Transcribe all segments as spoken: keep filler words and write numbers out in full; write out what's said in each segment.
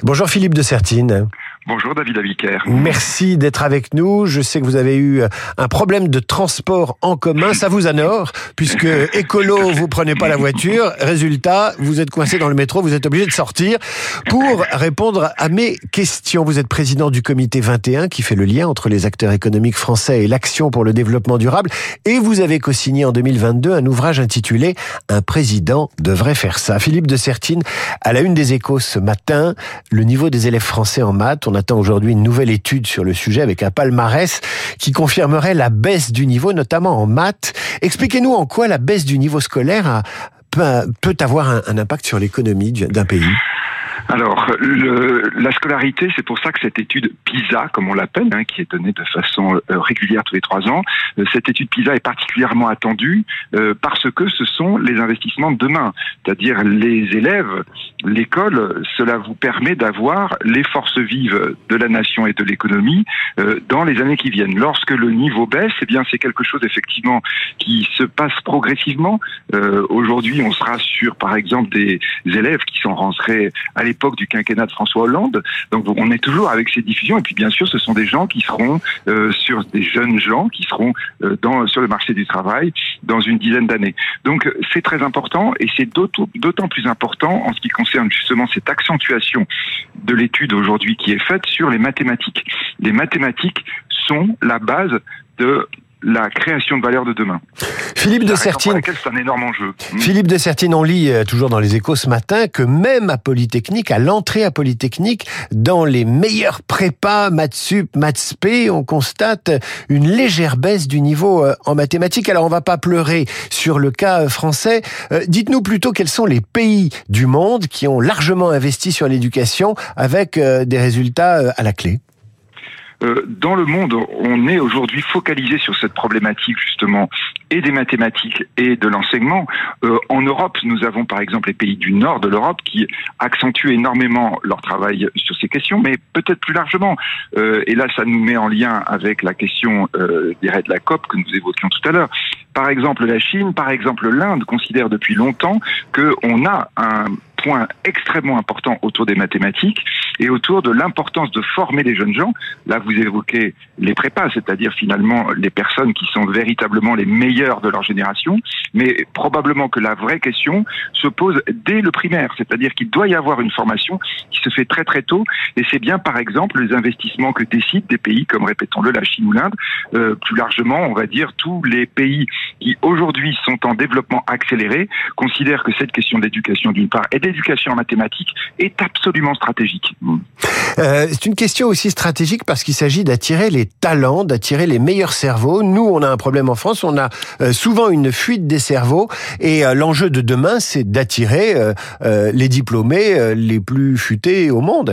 Bonjour Philippe de Sertine. Bonjour David Avicaire. Merci d'être avec nous. Je sais que vous avez eu un problème de transport en commun. Ça vous honore, puisque écolo, vous prenez pas la voiture. Résultat, vous êtes coincé dans le métro, vous êtes obligé de sortir pour répondre à mes questions. Vous êtes président du comité vingt et un qui fait le lien entre les acteurs économiques français et l'action pour le développement durable. Et vous avez co-signé en deux mille vingt-deux un ouvrage intitulé « Un président devrait faire ça ». Philippe de Sertine, à la une des Échos ce matin, le niveau des élèves français en maths, on attend aujourd'hui une nouvelle étude sur le sujet avec un palmarès qui confirmerait la baisse du niveau, notamment en maths. Expliquez-nous en quoi la baisse du niveau scolaire a, peut, peut avoir un, un impact sur l'économie d'un pays. Alors, le, la scolarité, c'est pour ça que cette étude PISA, comme on l'appelle, hein, qui est donnée de façon euh, régulière tous les trois ans, euh, cette étude PISA est particulièrement attendue euh, parce que ce sont les investissements de demain. C'est-à-dire les élèves, l'école, cela vous permet d'avoir les forces vives de la nation et de l'économie euh, dans les années qui viennent. Lorsque le niveau baisse, eh bien c'est quelque chose effectivement qui se passe progressivement. Euh, aujourd'hui, on sera sur, par exemple, des élèves qui sont rentrés à l'époque du quinquennat de François Hollande. Donc on est toujours avec ces diffusions. Et puis bien sûr, ce sont des gens qui seront euh, sur des jeunes gens qui seront euh, dans, sur le marché du travail dans une dizaine d'années. Donc c'est très important et c'est d'autant, d'autant plus important en ce qui concerne justement cette accentuation de l'étude aujourd'hui qui est faite sur les mathématiques. Les mathématiques sont la base de la création de valeur de demain. Philippe de Sertine, c'est un énorme enjeu. Philippe de Sertine, on lit euh, toujours dans les Échos ce matin que même à Polytechnique, à l'entrée à Polytechnique, dans les meilleurs prépas, maths sup, maths spé, on constate une légère baisse du niveau euh, en mathématiques. Alors on va pas pleurer sur le cas euh, français. Euh, dites-nous plutôt quels sont les pays du monde qui ont largement investi sur l'éducation avec euh, des résultats euh, à la clé. Euh, dans le monde, on est aujourd'hui focalisé sur cette problématique justement et des mathématiques et de l'enseignement. Euh, en Europe, nous avons par exemple les pays du nord de l'Europe qui accentuent énormément leur travail sur ces questions, mais peut-être plus largement. Euh, et là, ça nous met en lien avec la question euh, je dirais de la COP que nous évoquions tout à l'heure. Par exemple, la Chine, par exemple l'Inde considère depuis longtemps qu'on a un point extrêmement important autour des mathématiques et autour de l'importance de former les jeunes gens. Là, vous évoquez les prépas, c'est-à-dire finalement les personnes qui sont véritablement les meilleures de leur génération, mais probablement que la vraie question se pose dès le primaire, c'est-à-dire qu'il doit y avoir une formation qui se fait très très tôt, et c'est bien par exemple les investissements que décident des pays comme, répétons-le, la Chine ou l'Inde, euh, plus largement, on va dire, tous les pays qui aujourd'hui sont en développement accéléré considèrent que cette question d'éducation d'une part et d'éducation en mathématiques est absolument stratégique. Euh, c'est une question aussi stratégique parce qu'il s'agit d'attirer les talents, d'attirer les meilleurs cerveaux. Nous, on a un problème en France, on a euh, souvent une fuite des cerveaux et euh, l'enjeu de demain, c'est d'attirer euh, euh, les diplômés euh, les plus futés au monde.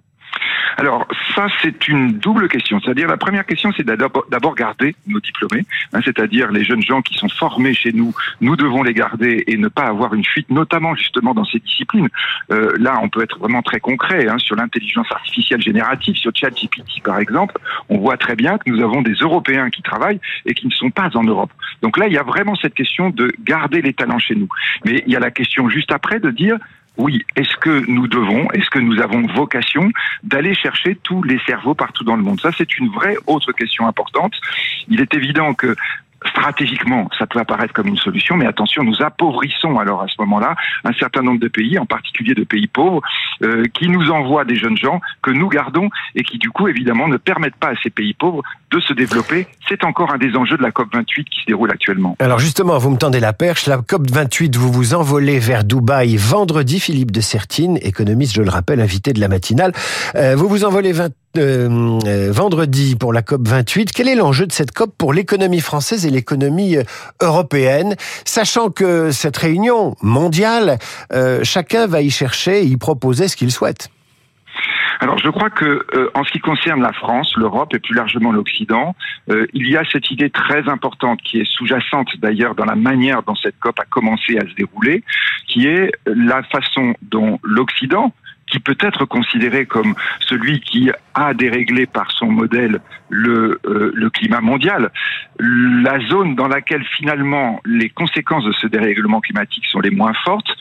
Alors ça, c'est une double question. C'est-à-dire la première question, c'est d'abord, d'abord garder nos diplômés, hein, c'est-à-dire les jeunes gens qui sont formés chez nous, nous devons les garder et ne pas avoir une fuite, notamment justement dans ces disciplines. Euh, là, on peut être vraiment très concret hein, sur l'intelligence artificielle générative, sur ChatGPT par exemple. On voit très bien que nous avons des Européens qui travaillent et qui ne sont pas en Europe. Donc là, il y a vraiment cette question de garder les talents chez nous. Mais il y a la question juste après de dire oui, est-ce que nous devons, est-ce que nous avons vocation d'aller chercher tous les cerveaux partout dans le monde? Ça, c'est une vraie autre question importante. Il est évident que stratégiquement, ça peut apparaître comme une solution, mais attention, nous appauvrissons alors à ce moment-là un certain nombre de pays, en particulier de pays pauvres, euh, qui nous envoient des jeunes gens que nous gardons et qui du coup évidemment ne permettent pas à ces pays pauvres de se développer. C'est encore un des enjeux de la COP vingt-huit qui se déroule actuellement. Alors justement, vous me tendez la perche, la COP vingt-huit, vous vous envolez vers Dubaï vendredi, Philippe de Sertine, économiste, je le rappelle, invité de la matinale. Euh, vous vous envolez vingt Euh, euh, vendredi pour la COP vingt-huit. Quel est l'enjeu de cette COP pour l'économie française et l'économie européenne, sachant que cette réunion mondiale, euh, chacun va y chercher et y proposer ce qu'il souhaite? Alors je crois que euh, en ce qui concerne la France, l'Europe et plus largement l'Occident, euh, il y a cette idée très importante qui est sous-jacente d'ailleurs dans la manière dont cette COP a commencé à se dérouler, qui est la façon dont l'Occident, qui peut être considéré comme celui qui a déréglé par son modèle le, euh, le climat mondial, la zone dans laquelle finalement les conséquences de ce dérèglement climatique sont les moins fortes,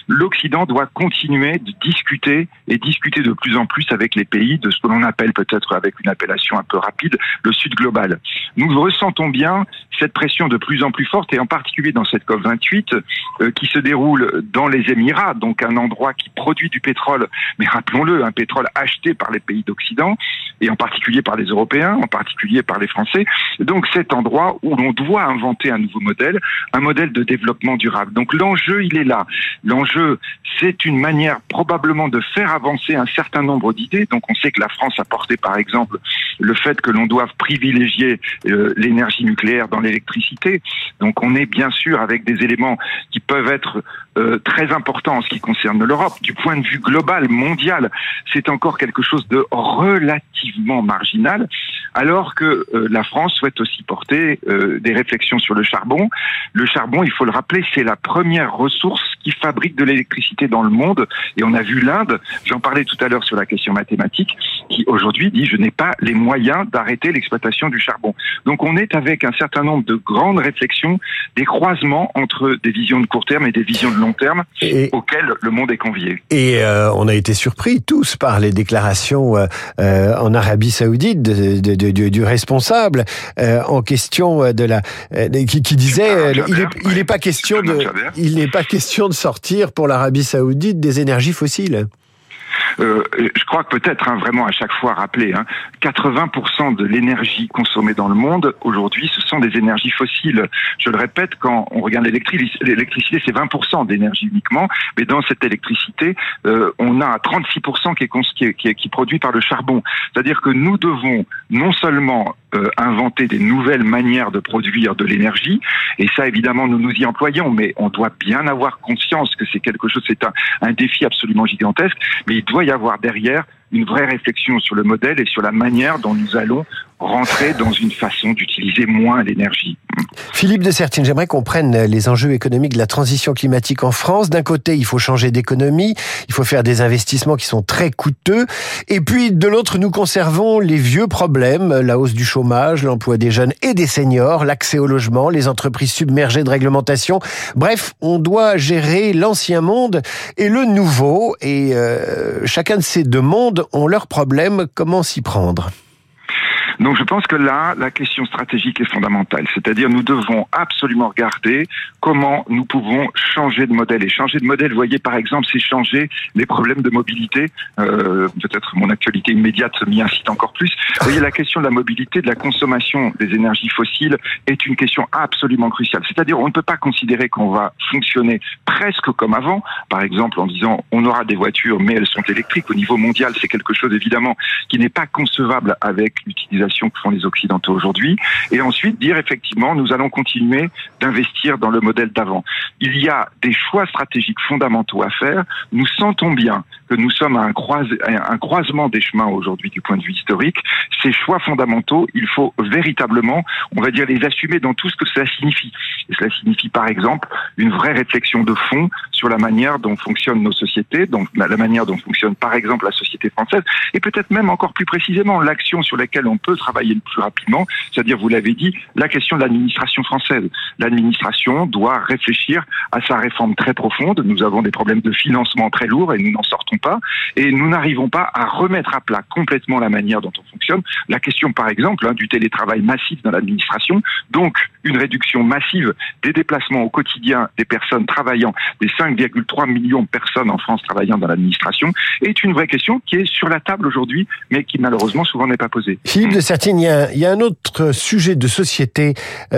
l'Occident doit continuer de discuter et discuter de plus en plus avec les pays de ce que l'on appelle peut-être avec une appellation un peu rapide, le Sud global. Nous ressentons bien cette pression de plus en plus forte et en particulier dans cette COP vingt-huit euh, qui se déroule dans les Émirats, donc un endroit qui produit du pétrole, mais rappelons-le, un pétrole acheté par les pays d'Occident et en particulier par les Européens, en particulier par les Français. Donc cet endroit où l'on doit inventer un nouveau modèle, un modèle de développement durable. Donc l'enjeu, il est là. L'enjeu, c'est une manière probablement de faire avancer un certain nombre d'idées. Donc on sait que la France a porté par exemple le fait que l'on doive privilégier euh, l'énergie nucléaire dans l'électricité. Donc on est bien sûr avec des éléments qui peuvent être euh, très importants en ce qui concerne l'Europe. Du point de vue global, mondial, c'est encore quelque chose de relativement marginal, alors que euh, la France souhaite aussi porter euh, des réflexions sur le charbon. Le charbon, il faut le rappeler, c'est la première ressource qui fabrique de l'électricité dans le monde. Et on a vu l'Inde, j'en parlais tout à l'heure sur la question mathématique, qui aujourd'hui dit « je n'ai pas les moyens d'arrêter l'exploitation du charbon ». Donc on est avec un certain nombre de grandes réflexions, des croisements entre des visions de court terme et des visions de long terme et, auxquelles le monde est convié. Et euh, on a été surpris tous par les déclarations euh, euh, en Arabie Saoudite de, de, de, de, du responsable euh, en question de la euh, qui, qui disait euh, il est, il est pas question de il n'est pas question de sortir pour l'Arabie Saoudite des énergies fossiles. Euh, je crois que peut-être hein, vraiment à chaque fois rappeler, hein, quatre-vingts pour cent de l'énergie consommée dans le monde aujourd'hui, ce sont des énergies fossiles. Je le répète, quand on regarde l'électricité, l'électricité c'est vingt pour cent d'énergie uniquement, mais dans cette électricité, euh, on a trente-six pour cent qui est, qui est, qui est, qui est produit par le charbon. C'est-à-dire que nous devons non seulement euh, inventer des nouvelles manières de produire de l'énergie, et ça évidemment nous nous y employons, mais on doit bien avoir conscience que c'est quelque chose, c'est un, un défi absolument gigantesque, mais il doit y avoir derrière une vraie réflexion sur le modèle et sur la manière dont nous allons rentrer dans une façon d'utiliser moins l'énergie. Philippe de Sertine, j'aimerais qu'on prenne les enjeux économiques de la transition climatique en France. D'un côté, il faut changer d'économie, il faut faire des investissements qui sont très coûteux. Et puis, de l'autre, nous conservons les vieux problèmes, la hausse du chômage, l'emploi des jeunes et des seniors, l'accès au logement, les entreprises submergées de réglementation. Bref, on doit gérer l'ancien monde et le nouveau. Et euh, chacun de ces deux mondes ont leurs problèmes. Comment s'y prendre ? Donc je pense que là, la question stratégique est fondamentale. C'est-à-dire nous devons absolument regarder comment nous pouvons changer de modèle. Et changer de modèle, vous voyez par exemple, c'est changer les problèmes de mobilité. Euh, peut-être mon actualité immédiate m'y incite encore plus. Vous voyez, la question de la mobilité, de la consommation des énergies fossiles est une question absolument cruciale. C'est-à-dire on ne peut pas considérer qu'on va fonctionner presque comme avant. Par exemple en disant on aura des voitures mais elles sont électriques. Au niveau mondial, c'est quelque chose évidemment qui n'est pas concevable avec l'utilisation que font les Occidentaux aujourd'hui, et ensuite dire effectivement nous allons continuer d'investir dans le modèle d'avant. Il y a des choix stratégiques fondamentaux à faire. Nous sentons bien que nous sommes à un, croise, un croisement des chemins aujourd'hui du point de vue historique. Ces choix fondamentaux, il faut véritablement, on va dire, les assumer dans tout ce que cela signifie. Et cela signifie par exemple une vraie réflexion de fond sur la manière dont fonctionnent nos sociétés, donc la manière dont fonctionne par exemple la société française, et peut-être même encore plus précisément l'action sur laquelle on peut travailler le plus rapidement, c'est-à-dire, vous l'avez dit, la question de l'administration française. L'administration doit réfléchir à sa réforme très profonde. Nous avons des problèmes de financement très lourds et nous n'en sortons pas. Et nous n'arrivons pas à remettre à plat complètement la manière dont on fonctionne. La question, par exemple, hein, du télétravail massif dans l'administration, donc une réduction massive des déplacements au quotidien des personnes travaillant, des cinq virgule trois millions de personnes en France travaillant dans l'administration, est une vraie question qui est sur la table aujourd'hui, mais qui malheureusement souvent n'est pas posée. Philippe de Sertine, il y a, il y a un autre sujet de société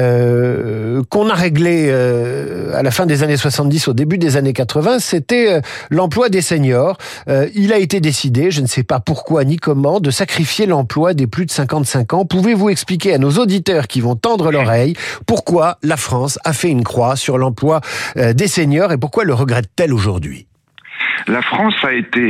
euh, qu'on a réglé euh, à la fin des années soixante-dix, au début des années quatre-vingts, c'était euh, l'emploi des seniors. Euh, il a été décidé, je ne sais pas pourquoi ni comment, de sacrifier l'emploi des plus de cinquante-cinq ans. Pouvez-vous expliquer à nos auditeurs qui vont tendre l'oreille pourquoi la France a fait une croix sur l'emploi euh, des seniors et pourquoi le regrette-t-elle aujourd'hui ? La France a été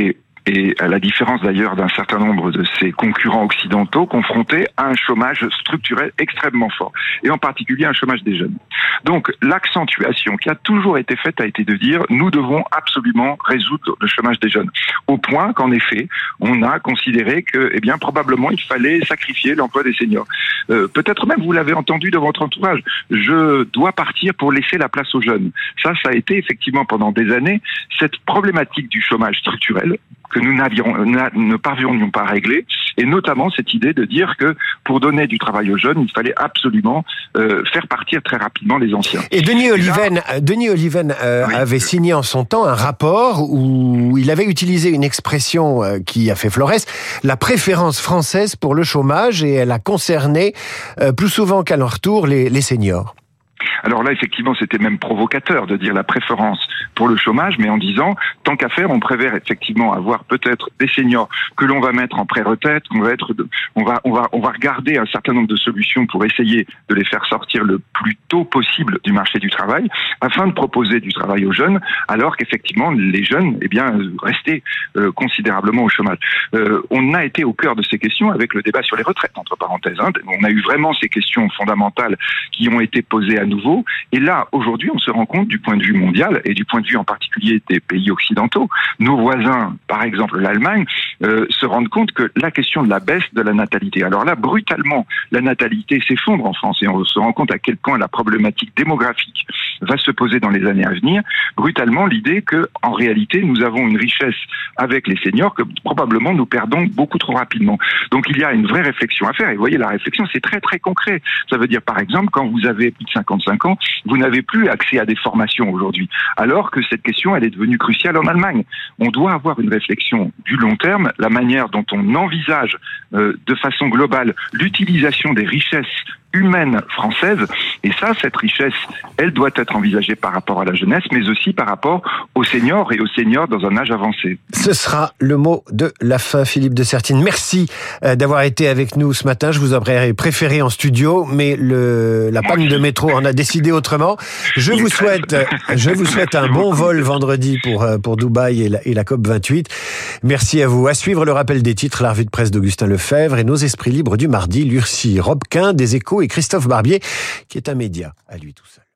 et à la différence d'ailleurs d'un certain nombre de ses concurrents occidentaux, confronté à un chômage structurel extrêmement fort, et en particulier un chômage des jeunes. Donc l'accentuation qui a toujours été faite a été de dire nous devons absolument résoudre le chômage des jeunes, au point qu'en effet on a considéré que eh bien probablement il fallait sacrifier l'emploi des seniors. Euh, peut-être même vous l'avez entendu de votre entourage, je dois partir pour laisser la place aux jeunes. Ça, ça a été effectivement pendant des années cette problématique du chômage structurel que nous n'avions, ne parvenions pas à régler, et notamment cette idée de dire que pour donner du travail aux jeunes, il fallait absolument euh, faire partir très rapidement les anciens. Et Denis Oliven, là, Denis Oliven euh, oui, avait signé en son temps un rapport où il avait utilisé une expression euh, qui a fait florès, la préférence française pour le chômage, et elle a concerné euh, plus souvent qu'à leur tour les, les seniors. Alors là, effectivement, c'était même provocateur de dire la préférence pour le chômage, mais en disant, tant qu'à faire, on préfère effectivement avoir peut-être des seniors que l'on va mettre en pré-retraite, qu'on va être, de, on va, on va, on va regarder un certain nombre de solutions pour essayer de les faire sortir le plus tôt possible du marché du travail, afin de proposer du travail aux jeunes, alors qu'effectivement, les jeunes, eh bien, restaient euh, considérablement au chômage. Euh, on a été au cœur de ces questions avec le débat sur les retraites, entre parenthèses. Hein. On a eu vraiment ces questions fondamentales qui ont été posées à nouveau. Et là, aujourd'hui, on se rend compte du point de vue mondial et du point de vue en particulier des pays occidentaux, nos voisins, par exemple l'Allemagne, euh, se rendent compte que la question de la baisse de la natalité, alors là, brutalement, la natalité s'effondre en France et on se rend compte à quel point la problématique démographique va se poser dans les années à venir. Brutalement, l'idée que, en réalité, nous avons une richesse avec les seniors que probablement nous perdons beaucoup trop rapidement. Donc il y a une vraie réflexion à faire. Et vous voyez, la réflexion, c'est très très concret. Ça veut dire, par exemple, quand vous avez plus de cinquante-cinq ans, vous n'avez plus accès à des formations aujourd'hui. Alors que cette question, elle est devenue cruciale en Allemagne. On doit avoir une réflexion du long terme, la manière dont on envisage euh, de façon globale l'utilisation des richesses humaine française, et ça, cette richesse, elle doit être envisagée par rapport à la jeunesse, mais aussi par rapport aux seniors et aux seniors dans un âge avancé. Ce sera le mot de la fin, Philippe de Sertine. Merci d'avoir été avec nous ce matin. Je vous aurais préféré en studio, mais le, la panne de métro en a décidé autrement. Je vous souhaite, je vous souhaite un bon vol vendredi pour, pour Dubaï et la, et la COP vingt-huit. Merci à vous. À suivre le rappel des titres, la revue de presse d'Augustin Lefebvre et nos esprits libres du mardi, Lurcy Robquin des Échos et Christophe Barbier, qui est un média à lui tout seul.